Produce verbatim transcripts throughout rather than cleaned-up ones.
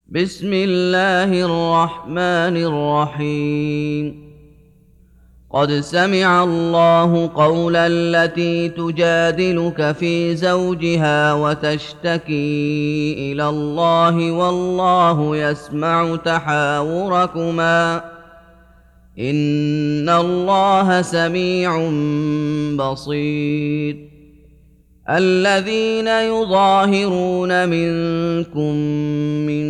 بسم الله الرحمن الرحيم. قد سمع الله قول التي تجادلك في زوجها وتشتكي إلى الله والله يسمع تحاوركما إن الله سميع بصير. الذين يظاهرون منكم من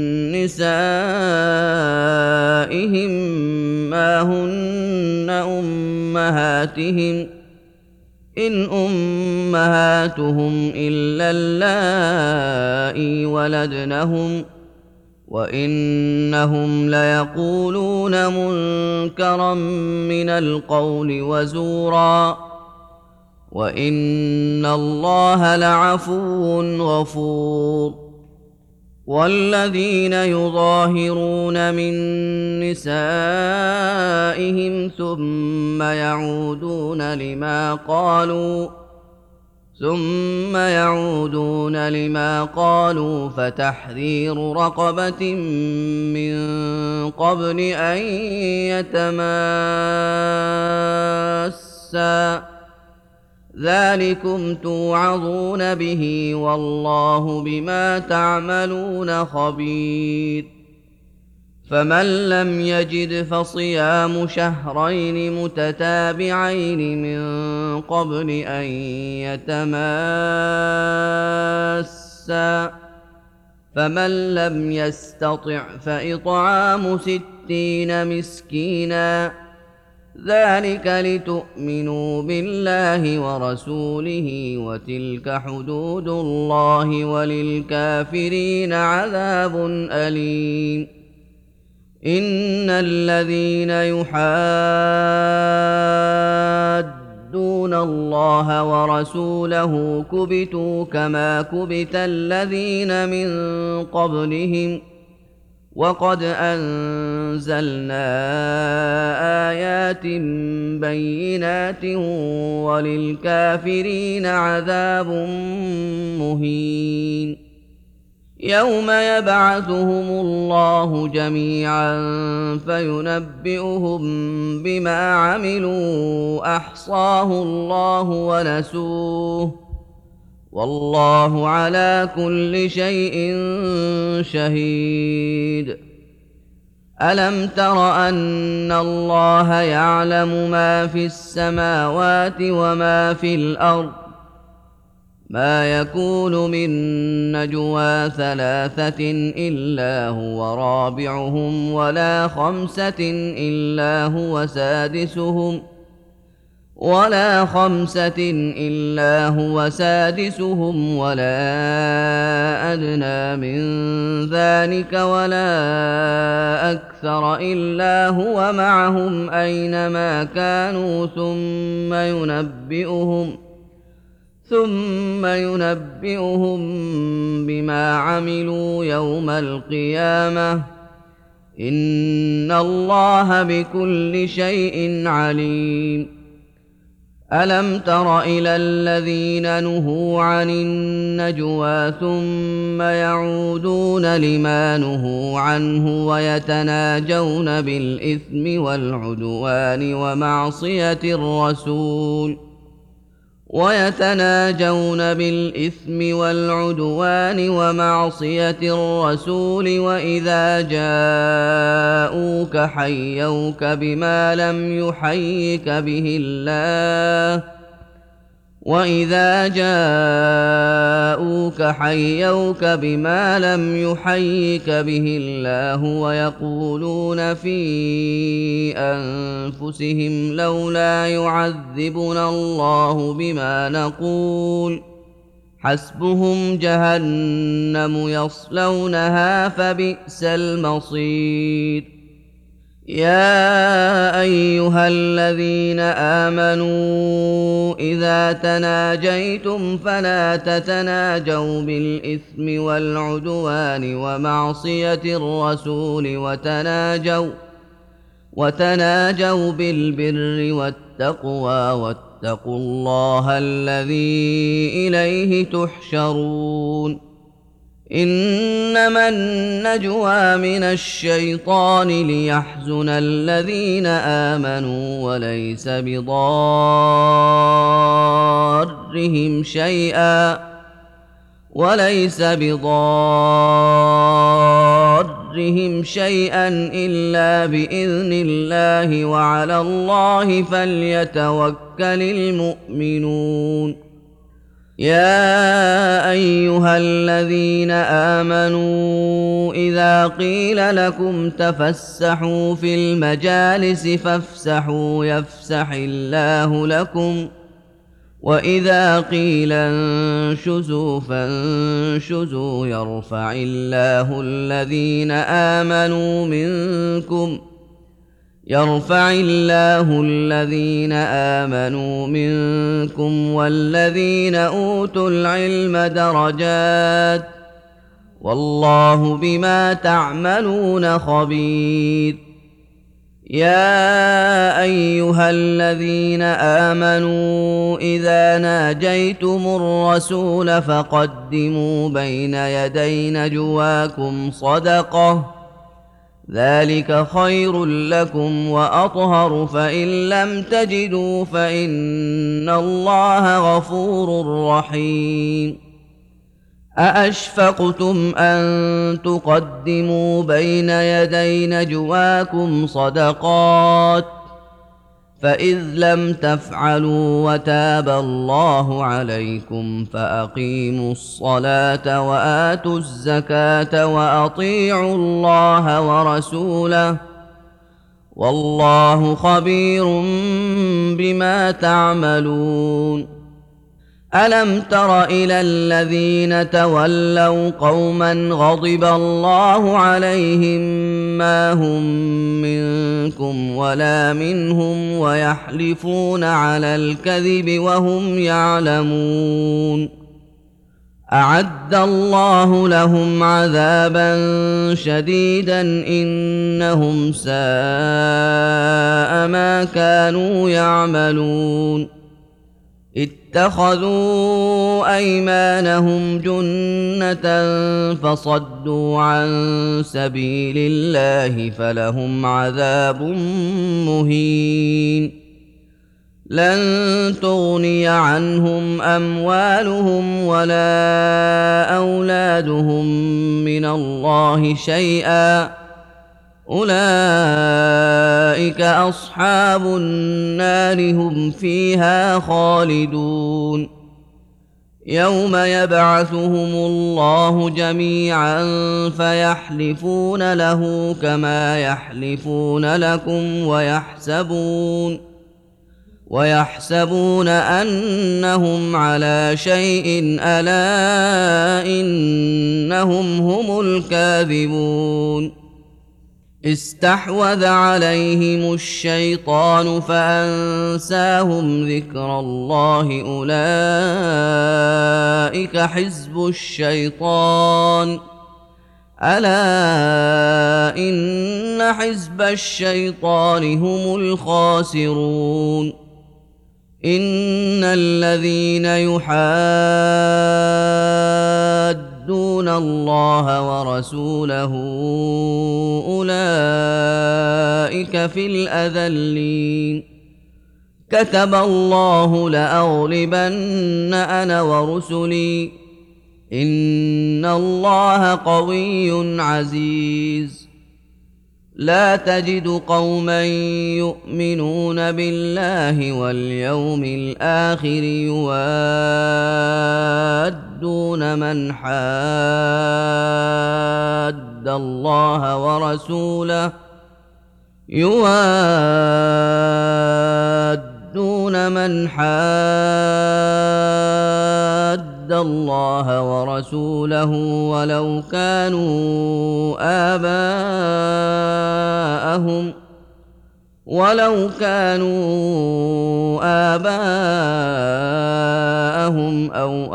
نسائهم ما هن أمهاتهم إن أمهاتهم إلا اللائي ولدنهم وإنهم ليقولون منكرا من القول وزورا وإن الله لعفو غفور. والذين يظاهرون من نسائهم ثم يعودون لما قالوا ثم يعودون لما قالوا فتحرير رقبة من قبل أن يتماسا ذلكم توعظون به والله بما تعملون خبير. فمن لم يجد فصيام شهرين متتابعين من قبل أن يتماسا فمن لم يستطع فإطعام ستين مسكينا ذلك لتؤمنوا بالله ورسوله وتلك حدود الله وللكافرين عذاب أليم. إن الذين يحادون الله ورسوله كبتوا كما كبت الذين من قبلهم وقد أنزلنا آيات بينات وللكافرين عذاب مهين. يوم يبعثهم الله جميعا فينبئهم بما عملوا أحصاه الله ونسوه والله على كل شيء شهيد. ألم تر أن الله يعلم ما في السماوات وما في الأرض ما يكون من نجوى ثلاثة إلا هو رابعهم ولا خمسة إلا هو سادسهم ولا خمسة إلا هو سادسهم ولا أدنى من ذلك ولا أكثر إلا هو معهم أينما كانوا ثم ينبئهم ثم ينبئهم بما عملوا يوم القيامة إن الله بكل شيء عليم. ألم تر إلى الذين نهوا عن النجوى ثم يعودون لما نهوا عنه ويتناجون بالإثم والعدوان ومعصية الرسول ويتناجون بالإثم والعدوان ومعصية الرسول وإذا جاءوك حيوك بما لم يحيك به الله وإذا جاءوك حيوك بما لم يحيك به الله ويقولون في أنفسهم لولا يعذبنا الله بما نقول حسبهم جهنم يصلونها فبئس المصير. يا أيها الذين آمنوا إذا تناجيتم فلا تتناجوا بالإثم والعدوان ومعصية الرسول وتناجوا وتناجوا بالبر والتقوى واتقوا الله الذي إليه تحشرون. إنما النجوى من الشيطان ليحزن الذين آمنوا وليس بضارهم شيئا وليس بضارهم شيئا إلا بإذن الله وعلى الله فليتوكل المؤمنون. يا أيها الذين آمنوا إذا قيل لكم تفسحوا في المجالس فافسحوا يفسح الله لكم وإذا قيل انشزوا فانشزوا يرفع الله الذين آمنوا منكم يرفع الله الذين آمنوا منكم والذين أوتوا العلم درجات والله بما تعملون خبير. يا أيها الذين آمنوا إذا ناجيتم الرسول فقدموا بين يدي نجواكم صدقة ذلك خير لكم وأطهر فإن لم تجدوا فإن الله غفور رحيم. أأشفقتم أن تقدموا بين يدي نجواكم صدقات فإذ لم تفعلوا وتاب الله عليكم فأقيموا الصلاة وآتوا الزكاة وأطيعوا الله ورسوله والله خبير بما تعملون. ألم تر إلى الذين تولوا قوما غضب الله عليهم ما هم منكم ولا منهم ويحلفون على الكذب وهم يعلمون أعد الله لهم عذابا شديدا إنهم ساء ما كانوا يعملون. اتخذوا أيمانهم جنة فصدوا عن سبيل الله فلهم عذاب مهين. لن تغني عنهم أموالهم ولا أولادهم من الله شيئا أولئك أصحاب النار هم فيها خالدون. يوم يبعثهم الله جميعا فيحلفون له كما يحلفون لكم ويحسبون ويحسبون أنهم على شيء ألا إنهم هم الكاذبون. استحوذ عليهم الشيطان فأنساهم ذكر الله أولئك حزب الشيطان ألا إن حزب الشيطان هم الخاسرون. إن الذين يحادون الله ورسوله أولئك في الأذلين. كتب الله لأغلبن أنا ورسلي إن الله قوي عزيز. لا تجد قوما يؤمنون بالله واليوم الآخر يوادون من حاد الله ورسوله يوادون من حاد الله ورسوله ولو كانوا آباءهم ولو كانوا آباءهم أو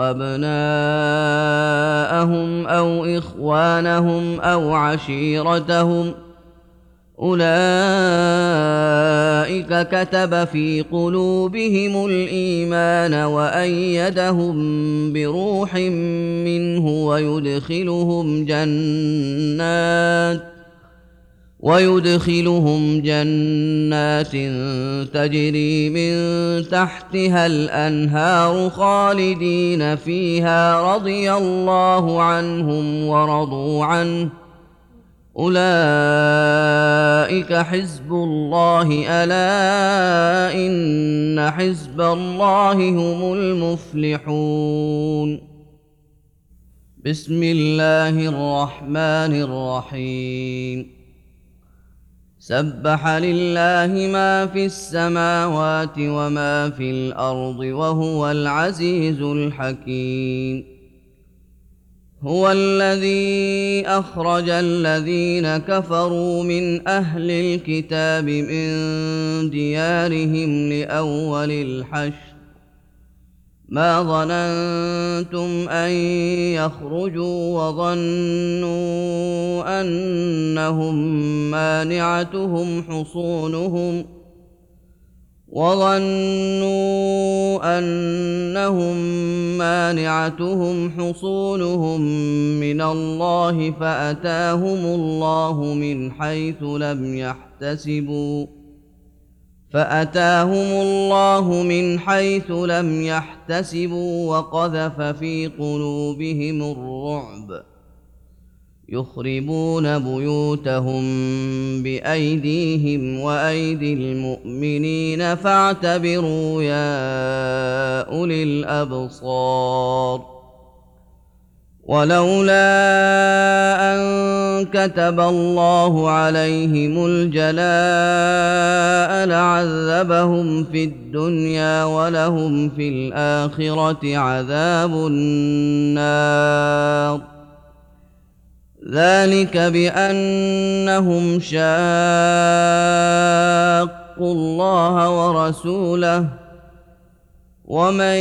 أبناءهم أو إخوانهم أو عشيرتهم أولئك كتب في قلوبهم الإيمان وأيدهم بروح منه ويدخلهم جنات ويدخلهم جنات تجري من تحتها الأنهار خالدين فيها رضي الله عنهم ورضوا عنه أولئك حزب الله ألا إن حزب الله هم المفلحون. بسم الله الرحمن الرحيم. سبح لله ما في السماوات وما في الأرض وهو العزيز الحكيم. هو الذي أخرج الذين كفروا من أهل الكتاب من ديارهم لأول الحشر ما ظننتم أن يخرجوا وظنوا أنهم مانعتهم حصونهم وظنوا أنهم مانعتهم حصونهم من الله فأتاهم الله من حيث لم يحتسبوا فأتاهم الله من حيث لم يحتسبوا وقذف في قلوبهم الرعب يخربون بيوتهم بأيديهم وأيدي المؤمنين فاعتبروا يا أولي الأبصار. ولولا أن كتب الله عليهم الجلاء لعذبهم في الدنيا ولهم في الآخرة عذاب النار ذلك بأنهم شاقوا الله ورسوله ومن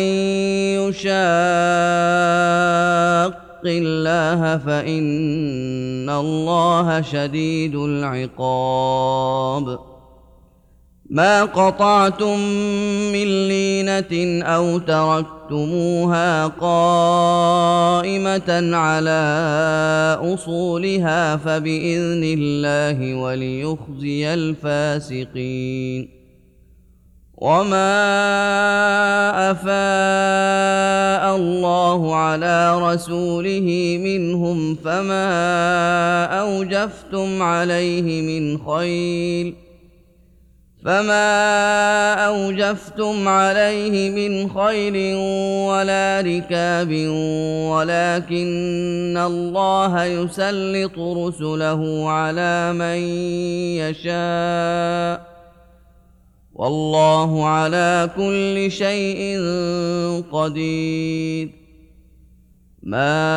يشاق الله فإن الله شديد العقاب. ما قطعتم من لينة أو تركتموها قائمة على أصولها فبإذن الله وليخزي الفاسقين. وما أفاء الله على رسوله منهم فما أوجفتم عليه من خيل فما أوجفتم عليه من خيل ولا ركاب ولكن الله يسلط رسله على من يشاء والله على كل شيء قدير. ما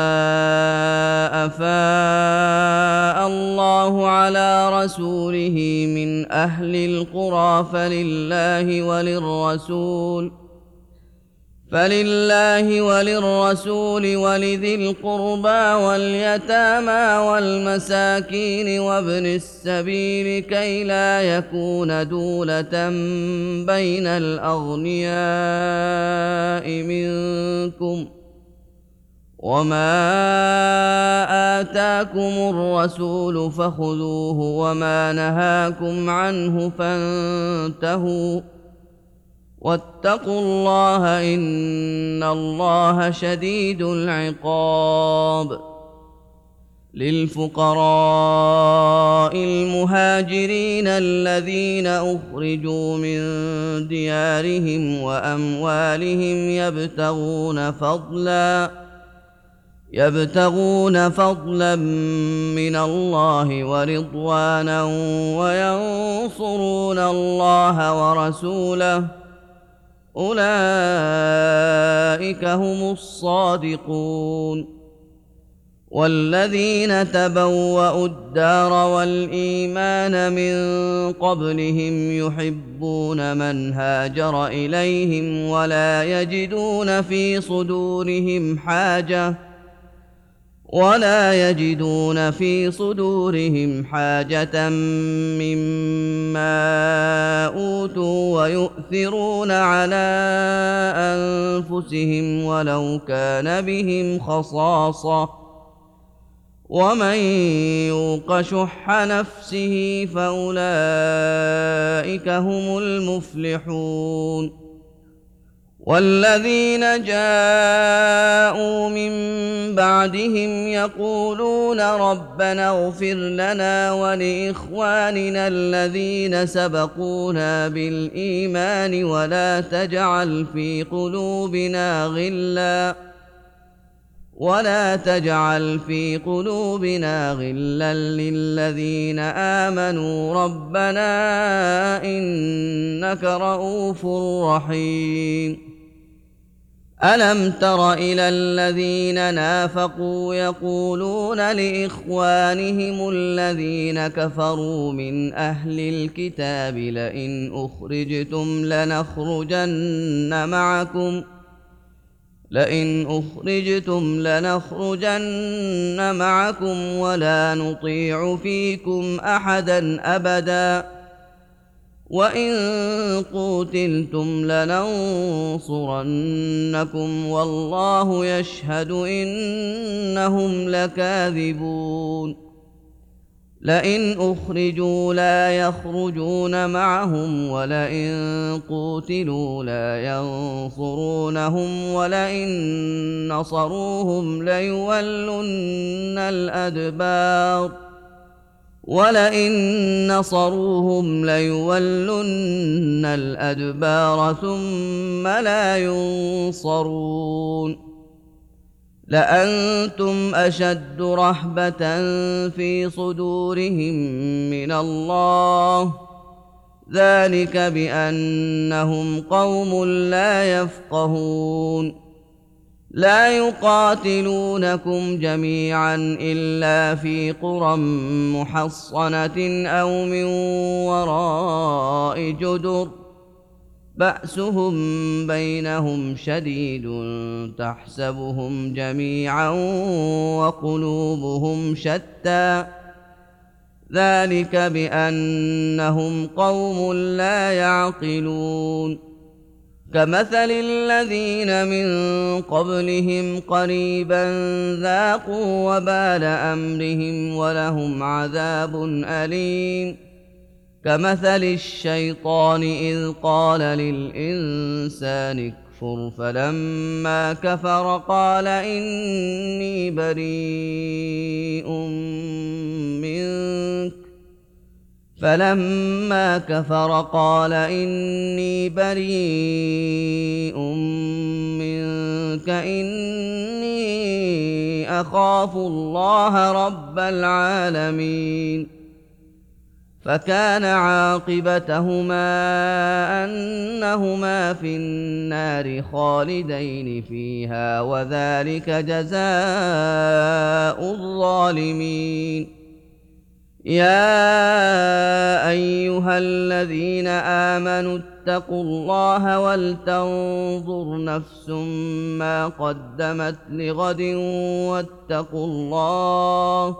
أفاء الله على رسوله من أهل القرى فلله وللرسول فلله وللرسول ولذي القربى واليتامى والمساكين وابن السبيل كي لا يكون دولة بين الأغنياء منكم وما آتاكم الرسول فخذوه وما نهاكم عنه فانتهوا واتقوا الله إن الله شديد العقاب. للفقراء المهاجرين الذين أخرجوا من ديارهم وأموالهم يبتغون فضلا يبتغون فضلا من الله ورضوانا وينصرون الله ورسوله أولئك هم الصادقون. والذين تبوأوا الدار والإيمان من قبلهم يحبون من هاجر إليهم ولا يجدون في صدورهم حاجة ولا يجدون في صدورهم حاجة مما أوتوا ويؤثرون على أنفسهم ولو كان بهم خصاصة ومن يوق شح نفسه فأولئك هم المفلحون. والذين جاءوا من بعدهم يقولون ربنا اغفر لنا ولإخواننا الذين سبقونا بالإيمان ولا تجعل في قلوبنا غلا ولا تجعل في قلوبنا غلا للذين آمنوا ربنا إنك رؤوف رحيم. ألم تر إلى الذين نافقوا يقولون لإخوانهم الذين كفروا من أهل الكتاب لئن أخرجتم لنخرجن معكم لئن أخرجتم لنخرجن معكم ولا نطيع فيكم أحدا أبدا وإن قوتلتم لننصرنكم والله يشهد إنهم لكاذبون. لئن أخرجوا لا يخرجون معهم ولئن قوتلوا لا ينصرونهم ولئن نصروهم ليولن الأدبار ولئن نصروهم ليولن الأدبار ثم لا ينصرون. لأنتم أشد رهبة في صدورهم من الله ذلك بأنهم قوم لا يفقهون. لا يقاتلونكم جميعا إلا في قرى محصنة أو من وراء جدر بأسهم بينهم شديد تحسبهم جميعا وقلوبهم شتى ذلك بأنهم قوم لا يعقلون. كمثل الذين من قبلهم قريبا ذاقوا وبال أمرهم ولهم عذاب أليم. كمثل الشيطان إذ قال للإنسان اكفر فلما كفر قال إني بريء منك فلما كفر قال إني بريء منك إني أخاف الله رب العالمين. فكان عاقبتهما أنهما في النار خالدين فيها وذلك جزاء الظالمين. يا أيها الذين آمنوا اتقوا الله ولتنظر نفس ما قدمت لغد واتقوا الله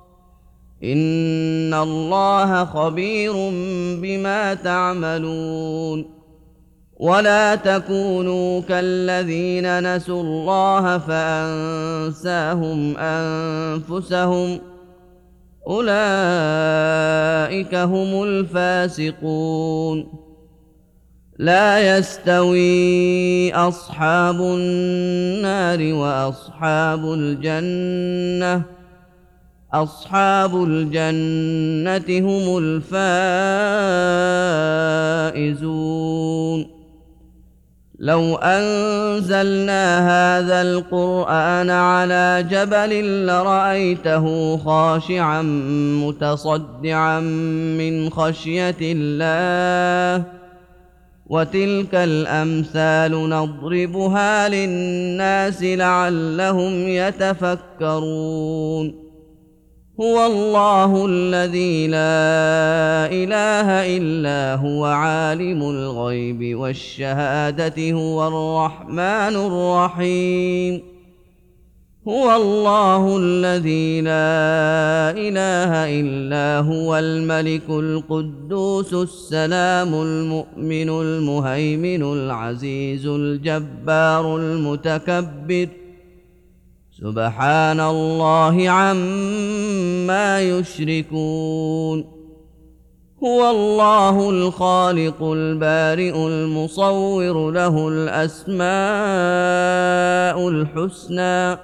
إن الله خبير بما تعملون. ولا تكونوا كالذين نسوا الله فأنساهم أنفسهم أولئك هم الفاسقون. لا يستوي أصحاب النار وأصحاب الجنة أصحاب الجنة هم الفائزون. لو أنزلنا هذا القرآن على جبل لرأيته خاشعا متصدعا من خشية الله وتلك الأمثال نضربها للناس لعلهم يتفكرون. هو الله الذي لا إله إلا هو عالم الغيب والشهادة هو الرحمن الرحيم. هو الله الذي لا إله إلا هو الملك القدوس السلام المؤمن المهيمن العزيز الجبار المتكبر سبحان الله عما يشركون هو الله الخالق البارئ المصور له الأسماء الحسنى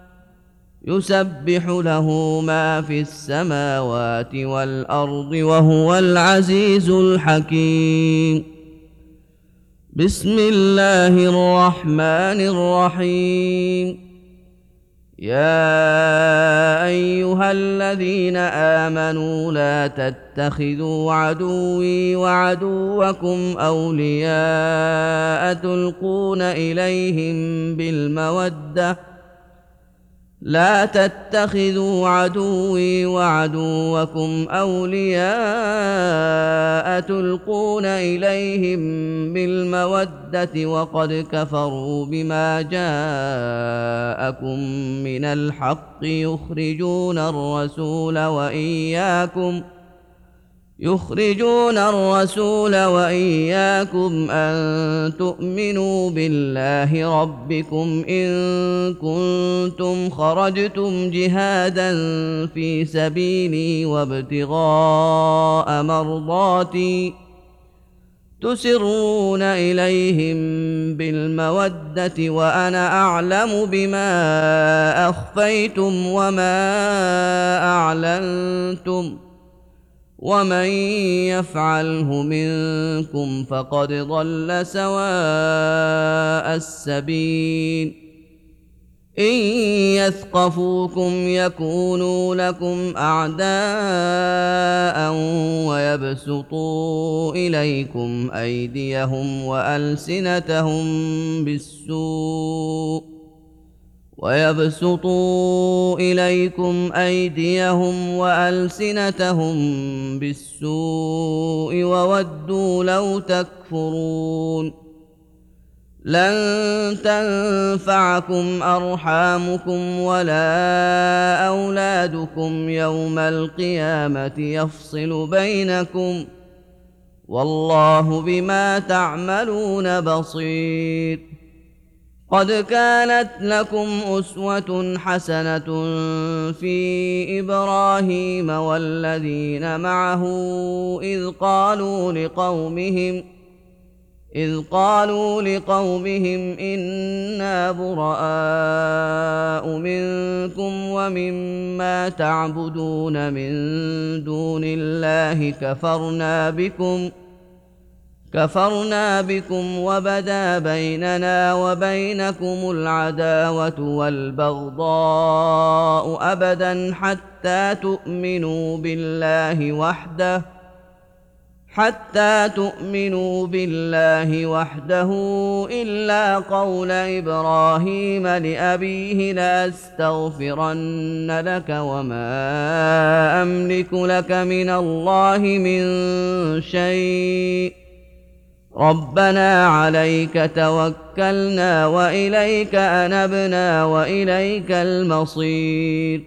يسبح له ما في السماوات والأرض وهو العزيز الحكيم بسم الله الرحمن الرحيم يا أيها الذين آمنوا لا تتخذوا عدوي وعدوكم أولياء تلقون إليهم بالمودة لا تتخذوا عدوي وعدوكم أولياء تلقون إليهم بالمودة وقد كفروا بما جاءكم من الحق يخرجون الرسول وإياكم يخرجون الرسول وإياكم أن تؤمنوا بالله ربكم إن كنتم خرجتم جهادا في سبيلي وابتغاء مرضاتي تسرون إليهم بالمودة وأنا أعلم بما أخفيتم وما أعلنتم ومن يفعله منكم فقد ضل سواء السبيل إن يثقفوكم يكونوا لكم أعداء ويبسطوا إليكم أيديهم وألسنتهم بالسوء ويبسطوا إليكم أيديهم وألسنتهم بالسوء وودوا لو تكفرون لن تنفعكم أرحامكم ولا أولادكم يوم القيامة يفصل بينكم والله بما تعملون بصير قد كانت لكم أسوة حسنة في إبراهيم والذين معه إذ قالوا لقومهم إذ قالوا لقومهم إنا براء منكم ومما تعبدون من دون الله كفرنا بكم كفرنا بكم وبدا بيننا وبينكم العداوة والبغضاء أبدا حتى تؤمنوا بالله وحده حتى تؤمنوا بالله وحده إلا قول إبراهيم لأبيه لأستغفرن لك وما أملك لك من الله من شيء ربنا عليك توكلنا وإليك أنبنا وإليك المصير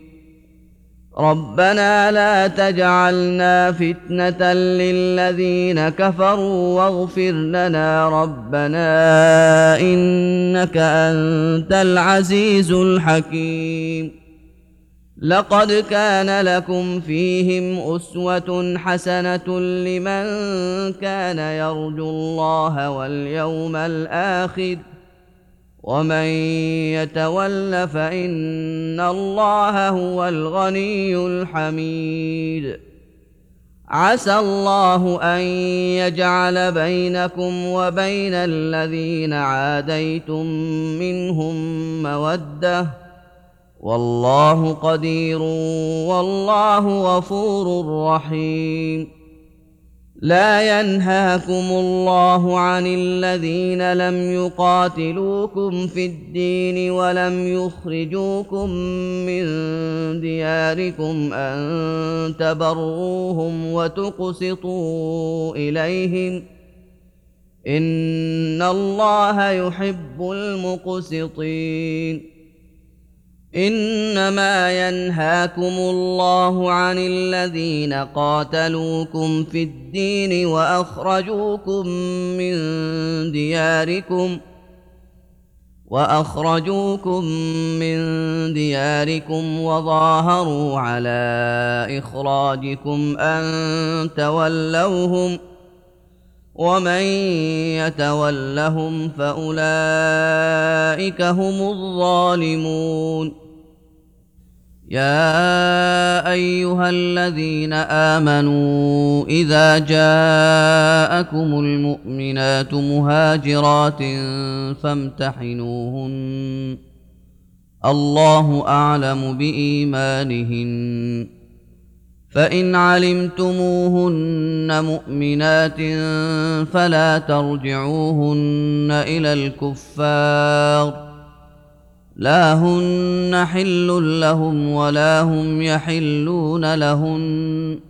ربنا لا تجعلنا فتنة للذين كفروا واغفر لنا ربنا إنك أنت العزيز الحكيم لقد كان لكم فيهم أسوة حسنة لمن كان يرجو الله واليوم الآخر ومن يتول فإن الله هو الغني الحميد عسى الله أن يجعل بينكم وبين الذين عاديتم منهم مودة والله قدير والله غفور رحيم لا ينهاكم الله عن الذين لم يقاتلوكم في الدين ولم يخرجوكم من دياركم أن تبروهم وتقسطوا إليهم إن الله يحب المقسطين إنما ينهاكم الله عن الذين قاتلوكم في الدين وأخرجوكم من دياركم وأخرجوكم من دياركم وظاهروا على إخراجكم أن تولوهم ومن يتولهم فأولئك هم الظالمون يا أيها الذين آمنوا إذا جاءكم المؤمنات مهاجرات فامتحنوهن الله أعلم بإيمانهن فإن علمتموهن مؤمنات فلا ترجعوهن إلى الكفار لا هن حل لهم ولا هم يحلون لهن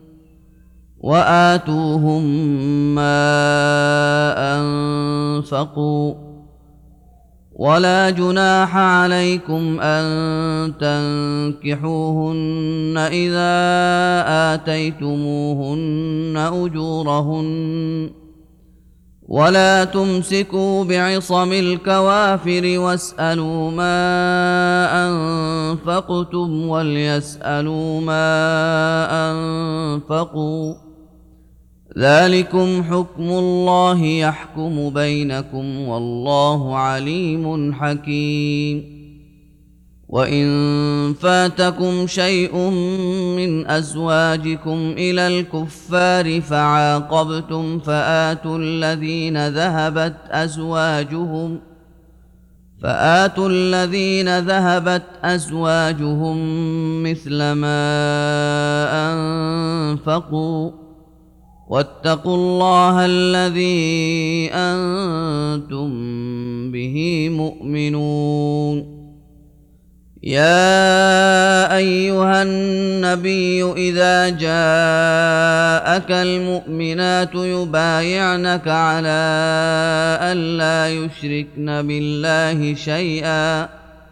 وآتوهم ما أنفقوا ولا جناح عليكم أن تنكحوهن إذا آتيتموهن أجورهن ولا تمسكوا بعصم الكوافر واسألوا ما أنفقتم وليسألوا ما أنفقوا ذلكم حكم الله يحكم بينكم والله عليم حكيم وإن فاتكم شيء من أزواجكم إلى الكفار فعاقبتم فآتوا الذين ذهبت أزواجهم فآتوا الذين ذهبت أزواجهم مثل ما أنفقوا واتقوا الله الذي أنتم به مؤمنون يا أيها النبي إذا جاءك المؤمنات يبايعنك على ألا يشركن بالله شيئا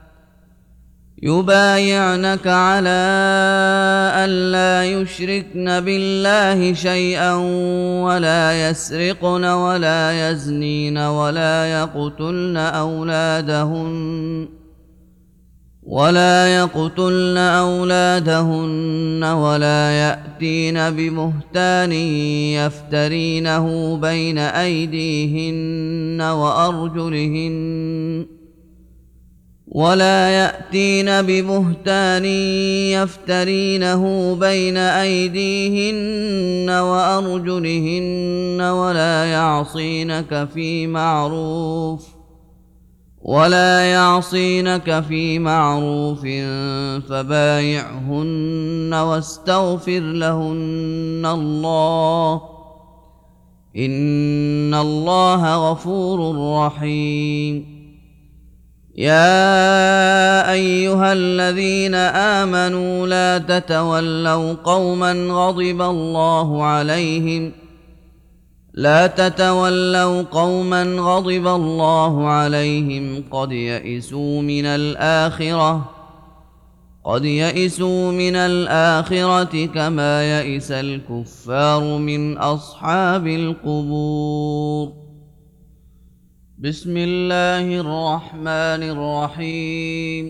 يبايعنك على ألا يشركن بالله شيئا ولا يسرقن ولا يزنين ولا يقتلن أولادهن ولا يقتلن أولادهن ولا يأتين ببهتان يفترينه بين أيديهن وأرجلهن ولا يأتين ببهتان يفترينه بين أيديهن وأرجلهن ولا يعصينك في معروف ولا يعصينك في معروف فبايعهن واستغفر لهن الله إن الله غفور رحيم يا أيها الذين آمنوا لا تتولوا قوما غضب الله عليهم لا تتولوا قوما غضب الله عليهم قد يئسوا من الآخرة قد يئسوا من الآخرة كما يئس الكفار من أصحاب القبور بسم الله الرحمن الرحيم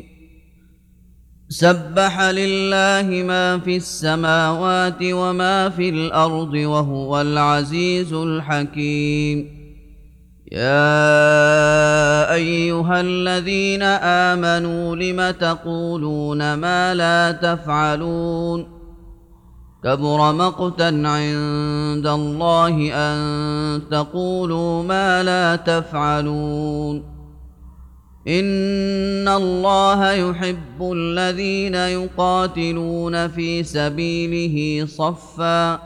سبح لله ما في السماوات وما في الأرض وهو العزيز الحكيم يا أيها الذين آمنوا لم تقولون ما لا تفعلون كبر مقتا عند الله أن تقولوا ما لا تفعلون إن الله يحب الذين يقاتلون في سبيله صفا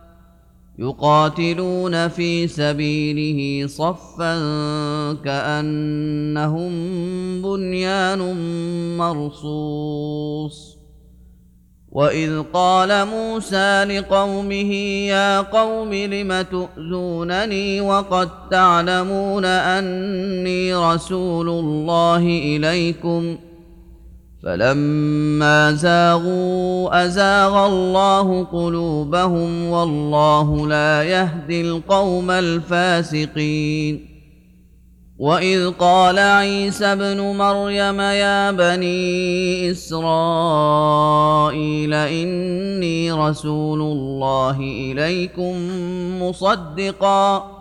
يقاتلون في سبيله صفا كأنهم بنيان مرصوص وإذ قال موسى لقومه يا قوم لم تؤذونني وقد تعلمون أني رسول الله إليكم فلما زاغوا أزاغ الله قلوبهم والله لا يهدي القوم الفاسقين. وإذ قال عيسى ابن مريم يا بني إسرائيل إني رسول الله إليكم مصدقا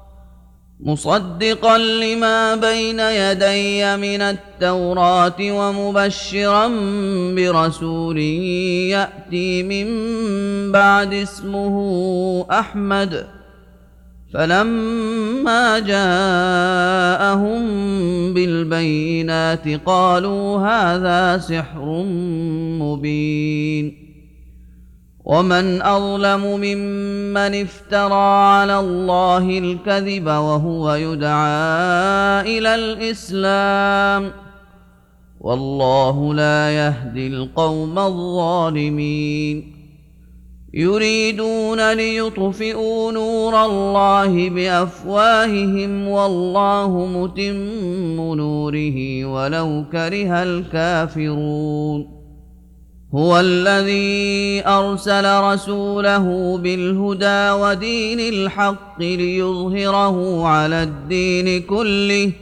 مصدقا لما بين يدي من التوراة ومبشرا برسول يأتي من بعد اسمه أحمد. فلما جاءهم بالبينات قالوا هذا سحر مبين. ومن أظلم ممن افترى على الله الكذب وهو يدعى إلى الإسلام والله لا يهدي القوم الظالمين. يريدون ليطفئوا نور الله بأفواههم والله متم نوره ولو كره الكافرون. هو الذي أرسل رسوله بالهدى ودين الحق ليظهره على الدين كله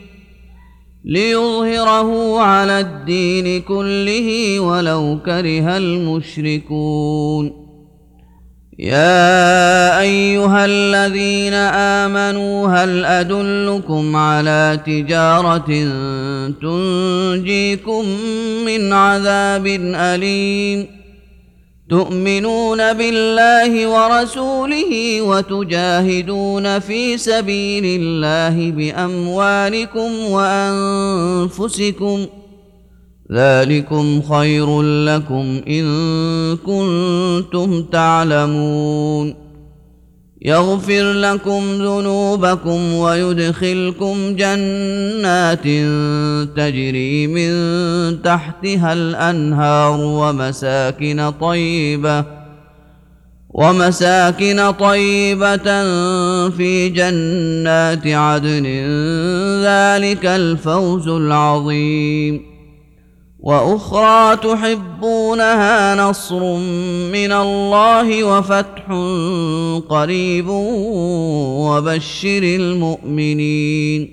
ليظهره على الدين كله ولو كره المشركون. يا أيها الذين آمنوا هل أدلكم على تجارة تنجيكم من عذاب أليم تؤمنون بالله ورسوله وتجاهدون في سبيل الله بأموالكم وأنفسكم ذلكم خير لكم إن كنتم تعلمون. يغفر لكم ذنوبكم ويدخلكم جنات تجري من تحتها الأنهار ومساكن طيبة ومساكن طيبة في جنات عدن ذلك الفوز العظيم. وأخرى تحبونها نصر من الله وفتح قريب وبشر المؤمنين.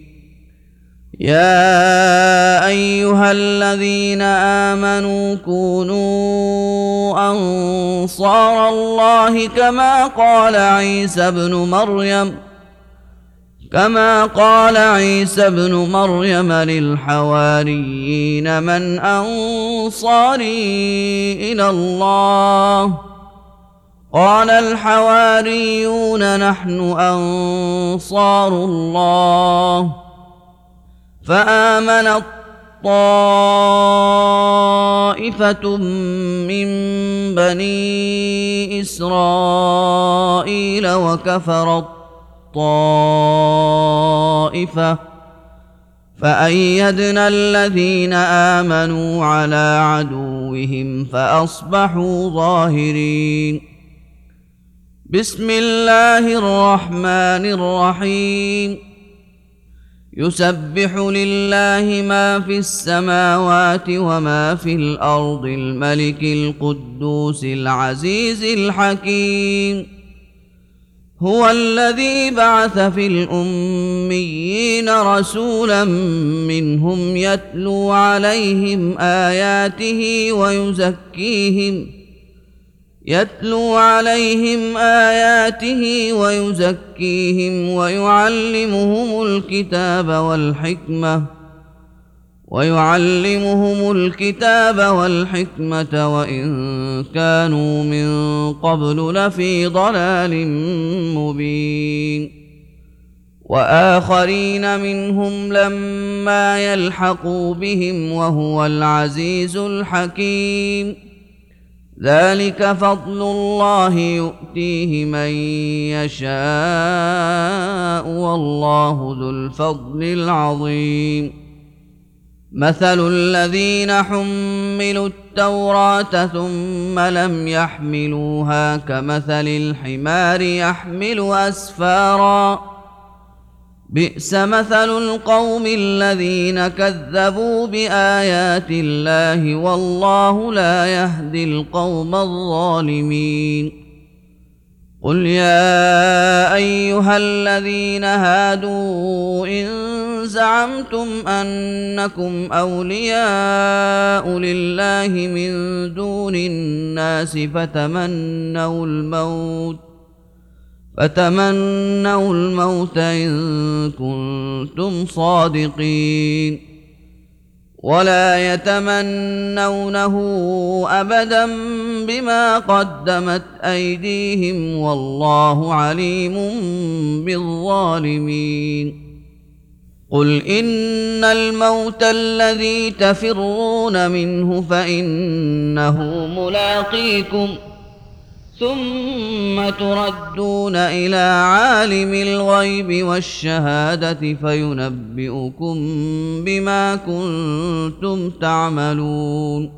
يا أيها الذين آمنوا كونوا أنصار الله كما قال عيسى ابن مريم كما قال عيسى ابن مريم للحواريين من أنصاري إلى الله قال الحواريون نحن أنصار الله. فآمنت طائفة من بني إسرائيل وكفرت طائفة فأيدنا الذين آمنوا على عدوهم فأصبحوا ظاهرين. بسم الله الرحمن الرحيم. يسبح لله ما في السماوات وما في الأرض الملك القدوس العزيز الحكيم. هو الذي بعث في الأميين رسولا منهم يتلو عليهم آياته ويزكيهم يتلو عليهم آياته ويزكيهم ويعلمهم الكتاب والحكمة ويعلمهم الكتاب والحكمة وإن كانوا من قبل لفي ضلال مبين. وآخرين منهم لما يلحقوا بهم وهو العزيز الحكيم. ذلك فضل الله يؤتيه من يشاء والله ذو الفضل العظيم. مثل الذين حملوا التوراة ثم لم يحملوها كمثل الحمار يحمل أسفارا بئس مثل القوم الذين كذبوا بآيات الله والله لا يهدي القوم الظالمين. قل يا أيها الذين هادوا إن زعمتم أنكم أولياء لله من دون الناس فتمنوا الموت فتمنوا الموت إن كنتم صادقين ولا يتمنونه أبدا بما قدمت أيديهم والله عليم بالظالمين. قل إن الموت الذي تفرون منه فإنه ملاقيكم ثم تردون إلى عالم الغيب والشهادة فينبئكم بما كنتم تعملون.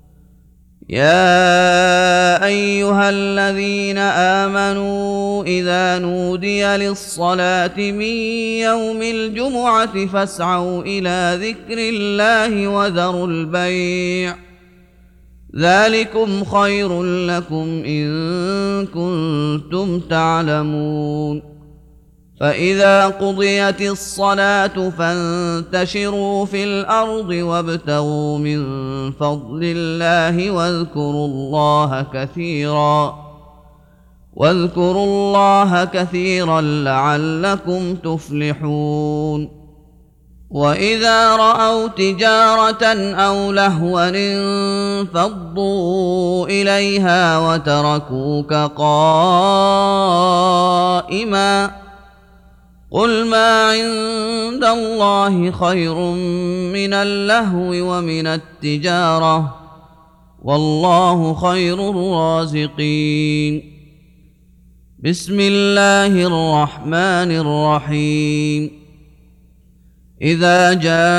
يا أيها الذين آمنوا إذا نودي للصلاة من يوم الجمعة فاسعوا إلى ذكر الله وذروا البيع ذلكم خير لكم إن كنتم تعلمون. فإذا قضيت الصلاة فانتشروا في الأرض وابتغوا من فضل الله واذكروا الله كثيرا واذكروا الله كثيرا لعلكم تفلحون. وإذا رأوا تجارة أو لهوا انفضوا إليها وتركوك قائما قل ما عند الله خير من اللهو ومن التجارة والله خير الرازقين. بسم الله الرحمن الرحيم. إذا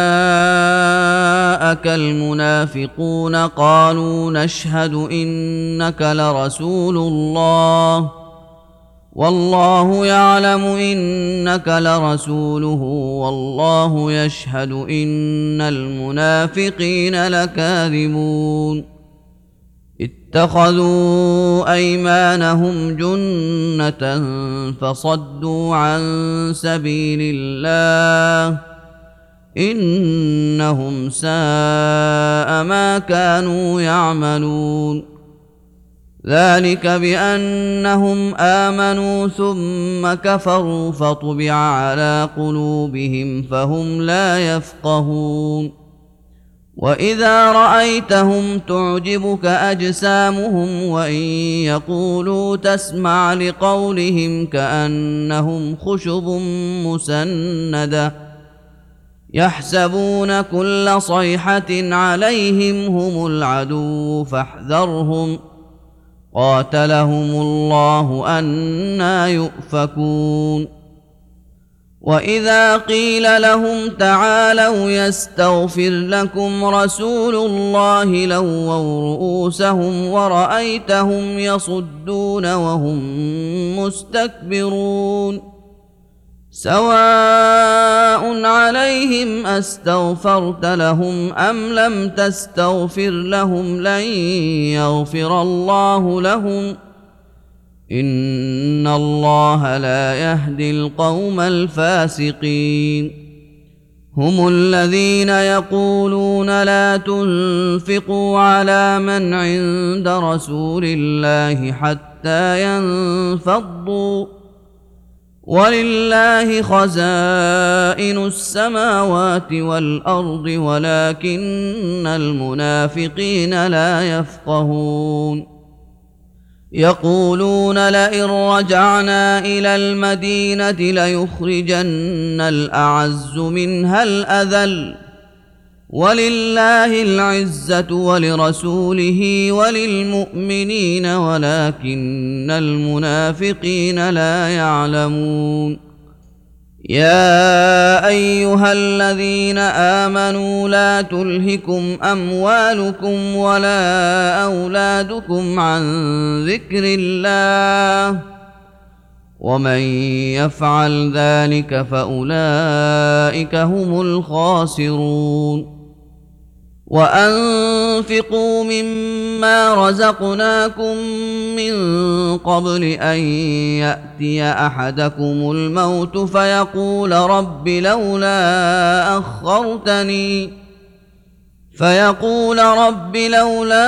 جاءك المنافقون قالوا نشهد إنك لرسول الله والله يعلم إنك لرسوله والله يشهد إن المنافقين لكاذبون. اتخذوا أيمانهم جنة فصدوا عن سبيل الله إنهم ساء ما كانوا يعملون. ذلك بأنهم آمنوا ثم كفروا فطبع على قلوبهم فهم لا يفقهون. وإذا رأيتهم تعجبك أجسامهم وإن يقولوا تسمع لقولهم كأنهم خشب مسندة يحسبون كل صيحة عليهم هم العدو فاحذرهم قاتلهم الله أنى يؤفكون. وإذا قيل لهم تعالوا يستغفر لكم رسول الله لووا رؤوسهم ورأيتهم يصدون وهم مستكبرون. سواء عليهم أستغفرت لهم أم لم تستغفر لهم لن يغفر الله لهم إن الله لا يهدي القوم الفاسقين. هم الذين يقولون لا تنفقوا على من عند رسول الله حتى ينفضوا ولله خزائن السماوات والأرض ولكن المنافقين لا يفقهون. يقولون لئن رجعنا إلى المدينة ليخرجن الأعز منها الأذل ولله العزة ولرسوله وللمؤمنين ولكن المنافقين لا يعلمون. يا أيها الذين آمنوا لا تلهكم أموالكم ولا أولادكم عن ذكر الله ومن يفعل ذلك فأولئك هم الخاسرون وأنفقوا مما رزقناكم من قبل أن يأتي أحدكم الموت فيقول رب لولا أخرتني فيقول رب لولا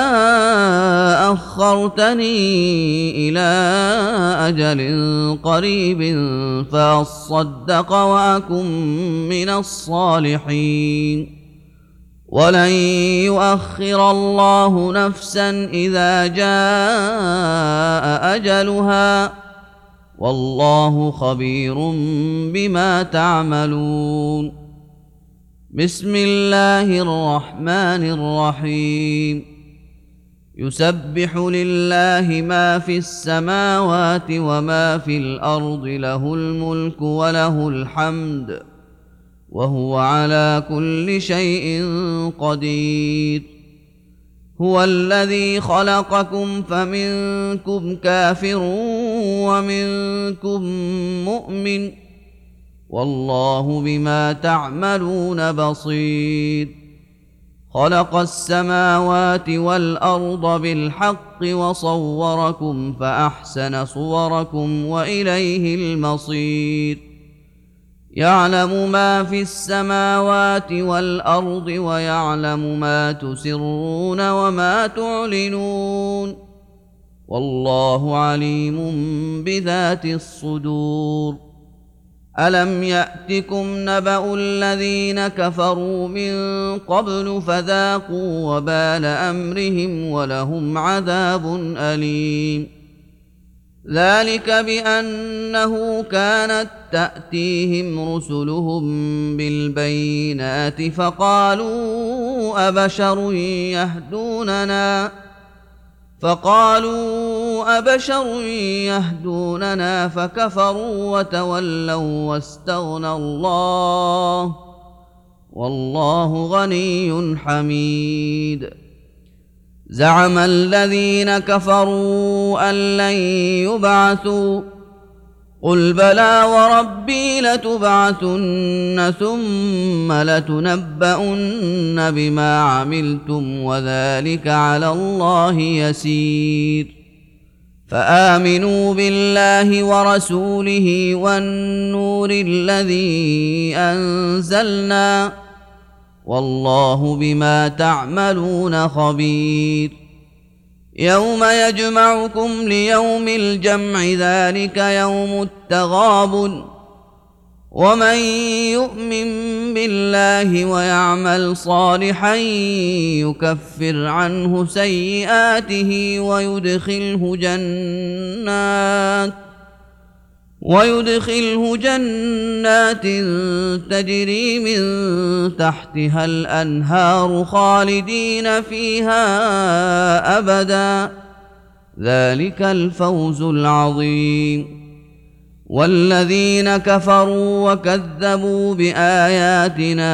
أخرتني إلى أجل قريب فأصدق وأكن من الصالحين ولن يؤخر الله نفسا إذا جاء أجلها والله خبير بما تعملون. بسم الله الرحمن الرحيم. يسبح لله ما في السماوات وما في الأرض له الملك وله الحمد وهو على كل شيء قدير. هو الذي خلقكم فمنكم كافر ومنكم مؤمن والله بما تعملون بصير. خلق السماوات والأرض بالحق وصوركم فأحسن صوركم وإليه المصير. يعلم ما في السماوات والأرض ويعلم ما تسرون وما تعلنون والله عليم بذات الصدور. ألم يأتكم نبأ الذين كفروا من قبل فذاقوا وبال أمرهم ولهم عذاب أليم. ذلك بأنه كانت تأتيهم رسلهم بالبينات فقالوا أبشر يهدوننا فقالوا أبشر يهدوننا فكفروا وتولوا واستغنى الله والله غني حميد. زعم الذين كفروا أن لن يبعثوا قل بلى وربي لتبعثن ثم لتنبؤن بما عملتم وذلك على الله يسير. فآمنوا بالله ورسوله والنور الذي أنزلنا والله بما تعملون خبير. يوم يجمعكم ليوم الجمع ذلك يوم التغابن ومن يؤمن بالله ويعمل صالحا يكفر عنه سيئاته ويدخله جنات ويدخله جنات تجري من تحتها الأنهار خالدين فيها أبدا ذلك الفوز العظيم. والذين كفروا وكذبوا بآياتنا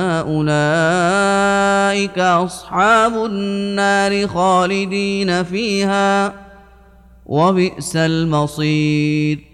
أولئك أصحاب النار خالدين فيها وبئس المصير.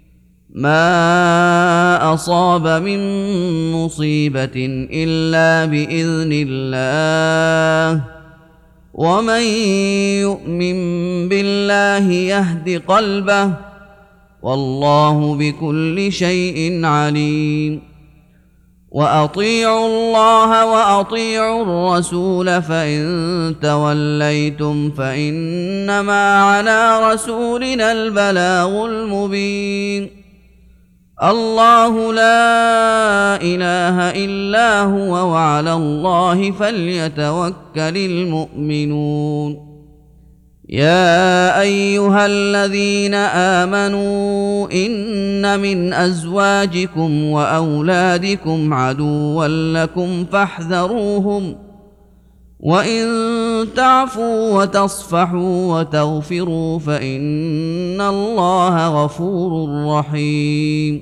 ما أصاب من مصيبة إلا بإذن الله ومن يؤمن بالله يهد قلبه والله بكل شيء عليم. وأطيعوا الله وأطيعوا الرسول فإن توليتم فإنما على رسولنا البلاغ المبين. الله لا إله إلا هو وعلى الله فليتوكل المؤمنون. يا أيها الذين آمنوا إن من أزواجكم وأولادكم عدوا لكم فاحذروهم وإن تعفوا وتصفحوا وتغفروا فإن الله غفور رحيم.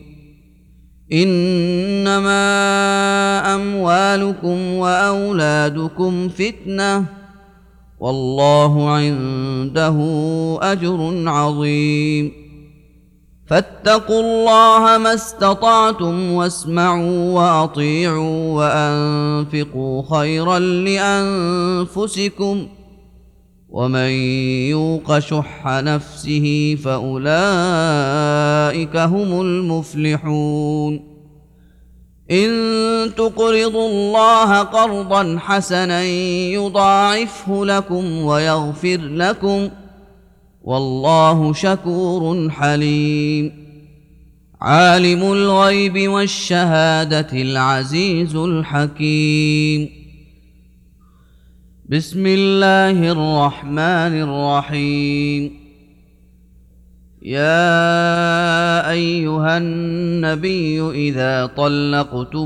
إنما أموالكم وأولادكم فتنة والله عنده أجر عظيم. فاتقوا الله ما استطعتم واسمعوا واطيعوا وانفقوا خيرا لانفسكم ومن يوق شح نفسه فاولئك هم المفلحون. ان تقرضوا الله قرضا حسنا يضاعفه لكم ويغفر لكم والله شكور حليم. عالم الغيب والشهادة العزيز الحكيم. بسم الله الرحمن الرحيم. يا أيها النبي إذا طلقتم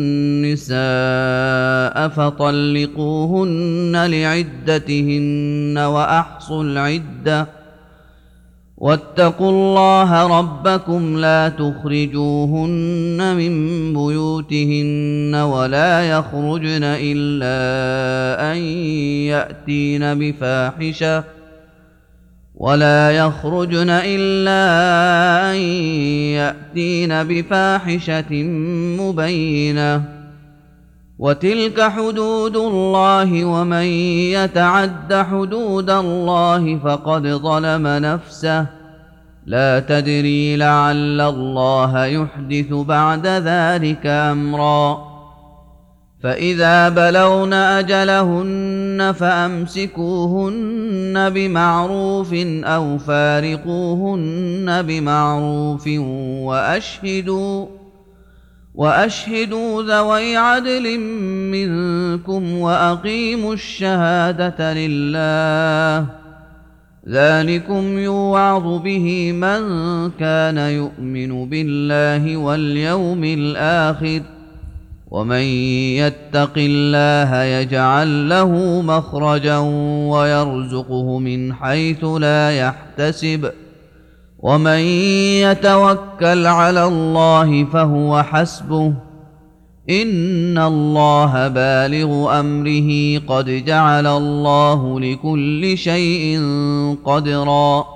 النساء فطلقوهن لعدتهن وأحصوا العدة واتقوا الله ربكم لا تخرجوهن من بيوتهن ولا يخرجن إلا أن يأتين بفاحشة ولا يخرجن إلا أن يأتين بفاحشة مبينة وتلك حدود الله ومن يتعد حدود الله فقد ظلم نفسه لا تدري لعل الله يحدث بعد ذلك أمرا. فإذا بلغن أجلهن فأمسكوهن بمعروف أو فارقوهن بمعروف وأشهدوا وأشهدوا ذوي عدل منكم وأقيموا الشهادة لله ذلكم يوعظ به من كان يؤمن بالله واليوم الآخر ومن يتق الله يجعل له مخرجا ويرزقه من حيث لا يحتسب ومن يتوكل على الله فهو حسبه إن الله بالغ أمره قد جعل الله لكل شيء قدرا.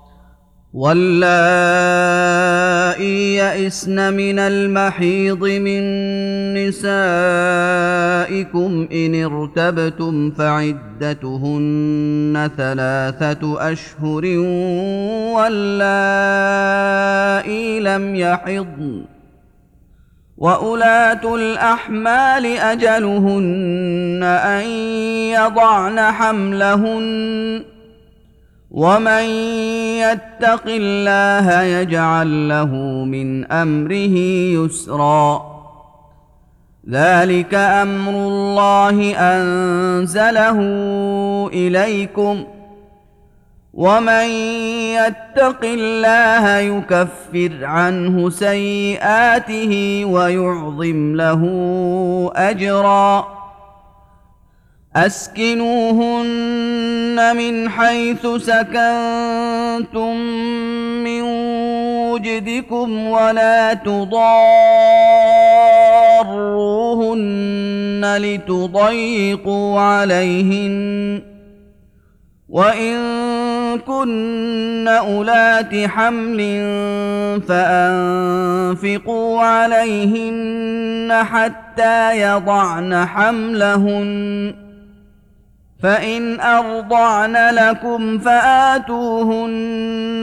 واللائي يئسن من المحيض من نسائكم إن ارتبتم فعدتهن ثلاثة أشهر واللائي لم يحضن وأولاة الأحمال أجلهن أن يضعن حملهن ومن يتق الله يجعل له من أمره يسرا. ذلك أمر الله أنزله إليكم ومن يتق الله يكفر عنه سيئاته ويعظم له أجرا. أسكنوهن من حيث سكنتم من وجدكم ولا تضاروهن لتضيقوا عليهن وإن كن أولات حمل فأنفقوا عليهن حتى يضعن حملهن فإن أرضعن لكم فآتوهن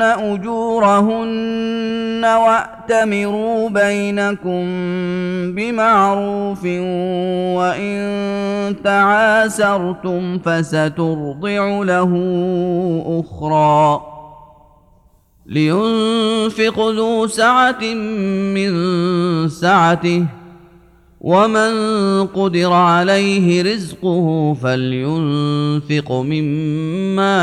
أجورهن وأتمروا بينكم بمعروف وإن تعاسرتم فسترضع له أخرى. لينفق ذو سعة من سعته ومن قدر عليه رزقه فلينفق مما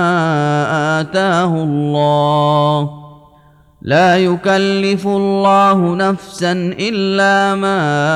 آتاه الله لا يكلف الله نفسا إلا ما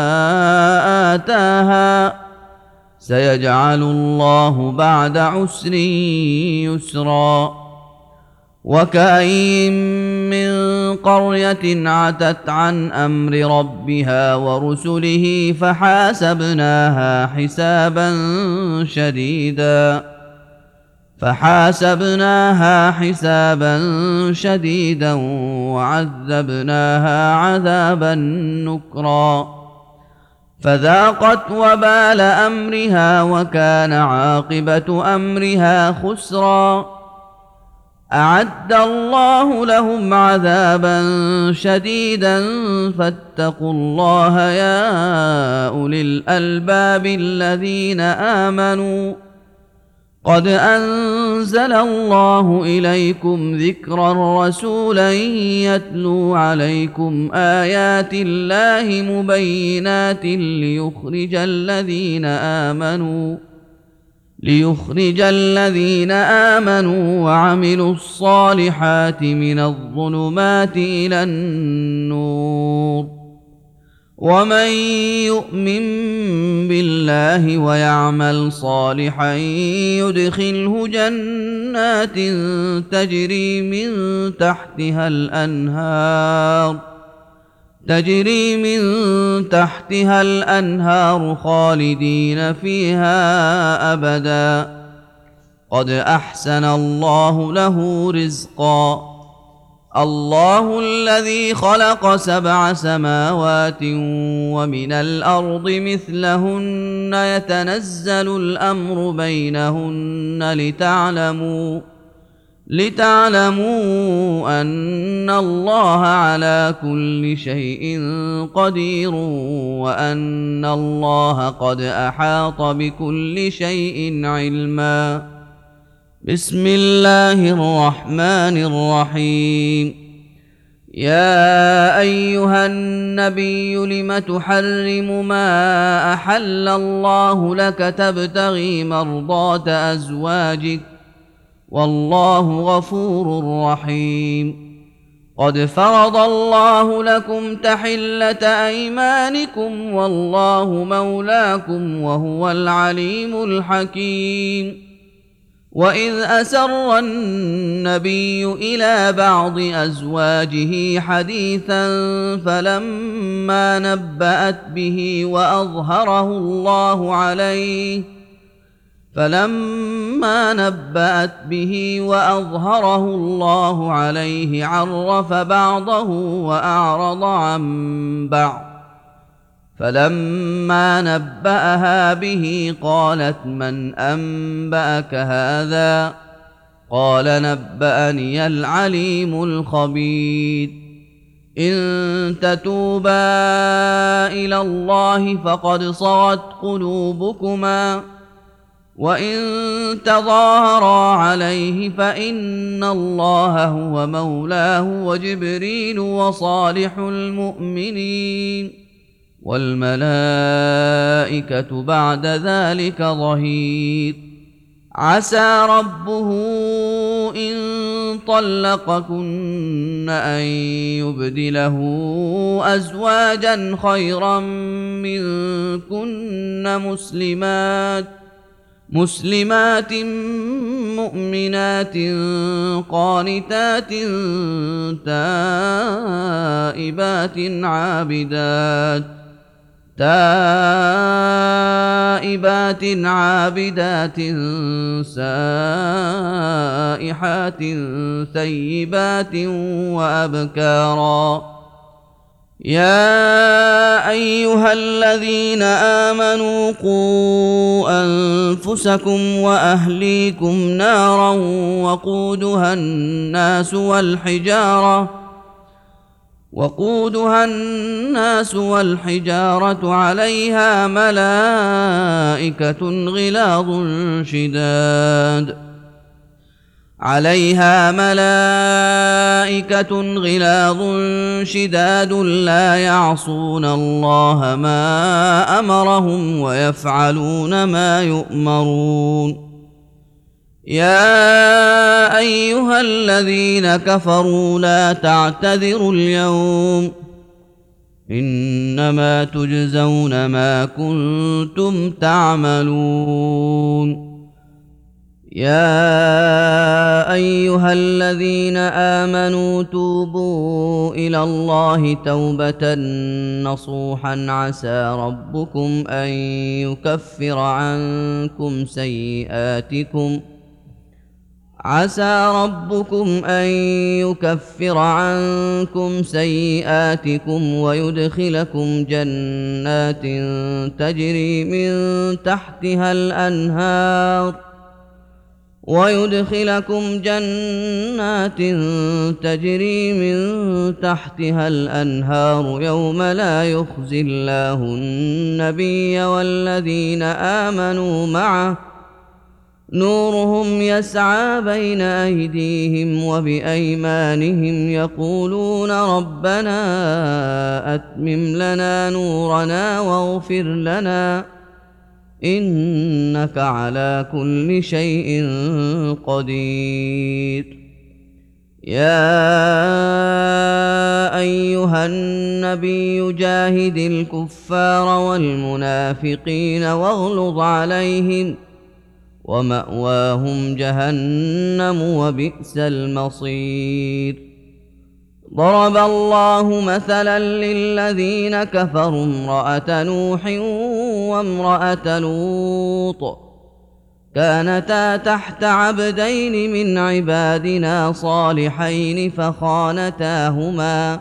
آتاها سيجعل الله بعد عسر يسرا. وكأين من قرية عتت عن أمر ربها ورسله فحاسبناها حسابا شديدا فحاسبناها حسابا شديدا وعذبناها عذابا نكرا فذاقت وبال أمرها وكان عاقبة أمرها خسرا أعد الله لهم عذابا شديدا فاتقوا الله يا أولي الألباب الذين آمنوا قد أنزل الله إليكم ذكرا رسولا يتلو عليكم آيات الله مبينات ليخرج الذين آمنوا ليخرج الذين آمنوا وعملوا الصالحات من الظلمات إلى النور ومن يؤمن بالله ويعمل صالحا يدخله جنات تجري من تحتها الأنهار تجري من تحتها الأنهار خالدين فيها أبدا قد أحسن الله له رزقا الله الذي خلق سبع سماوات ومن الأرض مثلهن يتنزل الأمر بينهن لتعلموا لتعلموا أن الله على كل شيء قدير وأن الله قد أحاط بكل شيء علما بسم الله الرحمن الرحيم يا أيها النبي لم تحرم ما أحل الله لك تبتغي مرضات أزواجك والله غفور رحيم قد فرض الله لكم تحلة أيمانكم والله مولاكم وهو العليم الحكيم وإذ أسر النبي إلى بعض أزواجه حديثا فلما نبأت به وأظهره الله عليه فلما نبأت به وأظهره الله عليه عرف بعضه وأعرض عن بعض فلما نبأها به قالت من أنبأك هذا قال نبأني العليم الخبير إن تتوبا إلى الله فقد صغت قلوبكما وإن تظاهرا عليه فإن الله هو مولاه وجبريل وصالح المؤمنين والملائكة بعد ذلك ظهير عسى ربه إن طلقكن أن يبدله أزواجا خيرا منكن مسلمات مسلمات مؤمنات قانتات تائبات عابدات تائبات عابدات سائحات ثيبات وأبكارا يا أيها الذين آمنوا قوا أنفسكم وأهليكم نارا وقودها الناس والحجارة وقودها الناس والحجارة عليها ملائكة غلاظ شداد عليها ملائكة غلاظ شداد لا يعصون الله ما أمرهم ويفعلون ما يؤمرون يا أيها الذين كفروا لا تعتذروا اليوم إنما تجزون ما كنتم تعملون يا أيها الذين آمنوا توبوا إلى الله توبة نصوحا عسى ربكم أن يكفر عنكم سيئاتكم عسى ربكم أن يكفر عنكم سيئاتكم ويدخلكم جنات تجري من تحتها الأنهار ويدخلكم جنات تجري من تحتها الأنهار يوم لا يخزي الله النبي والذين آمنوا معه نورهم يسعى بين أيديهم وبأيمانهم يقولون ربنا أتمم لنا نورنا واغفر لنا إنك على كل شيء قدير. يا أيها النبي جاهد الكفار والمنافقين واغلظ عليهم ومأواهم جهنم وبئس المصير. ضرب الله مثلا للذين كفروا امرأة نوح وامرأة لوط كانتا تحت عبدين من عبادنا صالحين فخانتاهما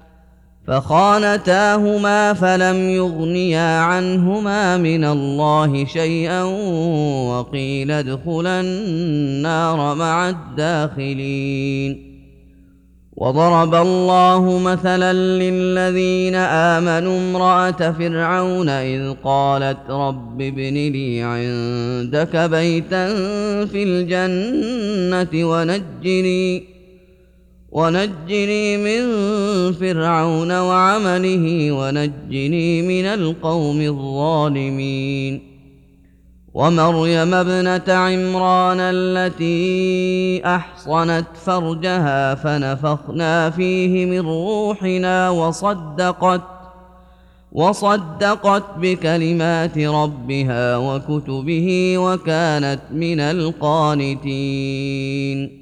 فخانتاهما فلم يغنيا عنهما من الله شيئا وقيل ادخلا النار مع الداخلين. وضرب الله مثلا للذين آمنوا امرأة فرعون إذ قالت رب ابن لي عندك بيتا في الجنة ونجني ونجني من فرعون وعمله ونجني من القوم الظالمين. ومريم ابنة عمران التي أحصنت فرجها فنفخنا فيه من روحنا وصدقت وصدقت بكلمات ربها وكتبه وكانت من القانتين.